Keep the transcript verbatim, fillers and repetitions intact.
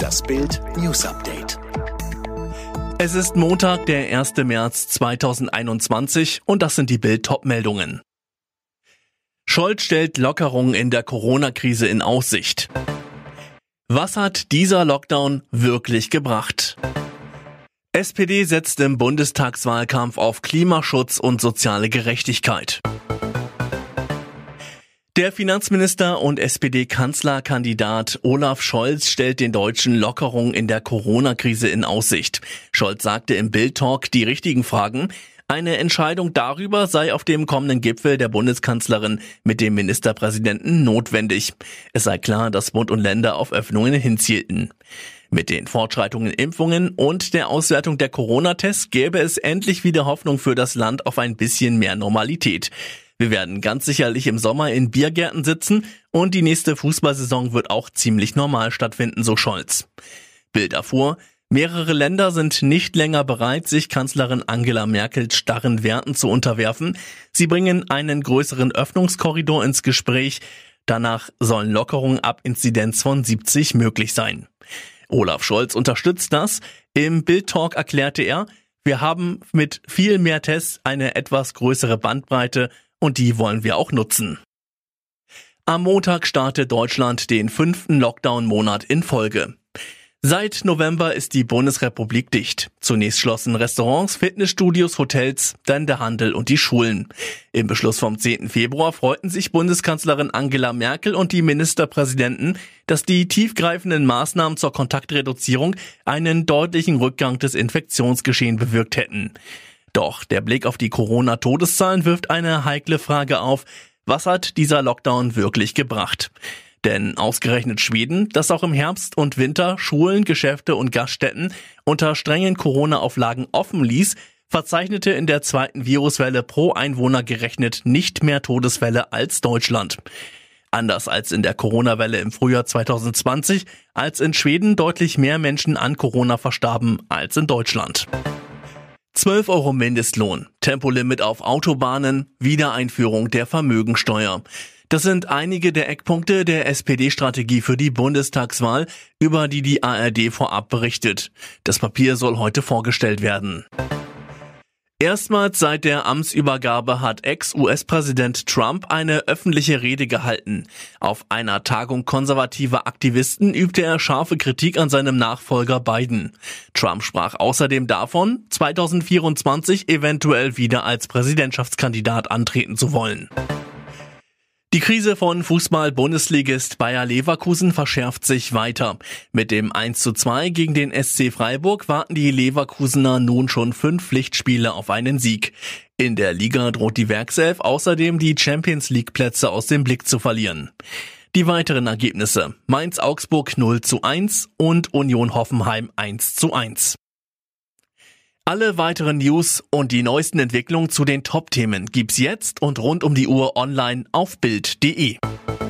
Das Bild News Update. Es ist Montag, der erster März zweitausendeinundzwanzig und das sind die Bild-Top-Meldungen. Scholz stellt Lockerungen in der Corona-Krise in Aussicht. Was hat dieser Lockdown wirklich gebracht? S P D setzt im Bundestagswahlkampf auf Klimaschutz und soziale Gerechtigkeit. Der Finanzminister und S P D-Kanzlerkandidat Olaf Scholz stellt den Deutschen Lockerungen in der Corona-Krise in Aussicht. Scholz sagte im Bild-Talk die richtigen Fragen. Eine Entscheidung darüber sei auf dem kommenden Gipfel der Bundeskanzlerin mit dem Ministerpräsidenten notwendig. Es sei klar, dass Bund und Länder auf Öffnungen hinzielten. Mit den Fortschreitungen Impfungen und der Auswertung der Corona-Tests gäbe es endlich wieder Hoffnung für das Land auf ein bisschen mehr Normalität. Wir werden ganz sicherlich im Sommer in Biergärten sitzen und die nächste Fußballsaison wird auch ziemlich normal stattfinden, so Scholz. Bild erfuhr, mehrere Länder sind nicht länger bereit, sich Kanzlerin Angela Merkels starren Werten zu unterwerfen. Sie bringen einen größeren Öffnungskorridor ins Gespräch. Danach sollen Lockerungen ab Inzidenz von siebzig möglich sein. Olaf Scholz unterstützt das. Im Bild-Talk erklärte er, wir haben mit viel mehr Tests eine etwas größere Bandbreite und die wollen wir auch nutzen. Am Montag startet Deutschland den fünften Lockdown-Monat in Folge. Seit November ist die Bundesrepublik dicht. Zunächst schlossen Restaurants, Fitnessstudios, Hotels, dann der Handel und die Schulen. Im Beschluss vom zehnten Februar freuten sich Bundeskanzlerin Angela Merkel und die Ministerpräsidenten, dass die tiefgreifenden Maßnahmen zur Kontaktreduzierung einen deutlichen Rückgang des Infektionsgeschehens bewirkt hätten. Doch der Blick auf die Corona-Todeszahlen wirft eine heikle Frage auf. Was hat dieser Lockdown wirklich gebracht? Denn ausgerechnet Schweden, das auch im Herbst und Winter Schulen, Geschäfte und Gaststätten unter strengen Corona-Auflagen offen ließ, verzeichnete in der zweiten Viruswelle pro Einwohner gerechnet nicht mehr Todesfälle als Deutschland. Anders als in der Corona-Welle im Frühjahr zweitausendzwanzig, als in Schweden deutlich mehr Menschen an Corona verstarben als in Deutschland. zwölf Euro Mindestlohn, Tempolimit auf Autobahnen, Wiedereinführung der Vermögensteuer. Das sind einige der Eckpunkte der S P D-Strategie für die Bundestagswahl, über die die A R D vorab berichtet. Das Papier soll heute vorgestellt werden. Erstmals seit der Amtsübergabe hat Ex-U S-Präsident Trump eine öffentliche Rede gehalten. Auf einer Tagung konservativer Aktivisten übte er scharfe Kritik an seinem Nachfolger Biden. Trump sprach außerdem davon, zweitausendvierundzwanzig eventuell wieder als Präsidentschaftskandidat antreten zu wollen. Die Krise von Fußball-Bundesligist Bayer Leverkusen verschärft sich weiter. Mit dem eins zu zwei gegen den S C Freiburg warten die Leverkusener nun schon fünf Pflichtspiele auf einen Sieg. In der Liga droht die Werkself außerdem die Champions-League-Plätze aus dem Blick zu verlieren. Die weiteren Ergebnisse: Mainz-Augsburg null zu eins und Union-Hoffenheim eins zu eins. Alle weiteren News und die neuesten Entwicklungen zu den Top-Themen gibt's jetzt und rund um die Uhr online auf Bild punkt de.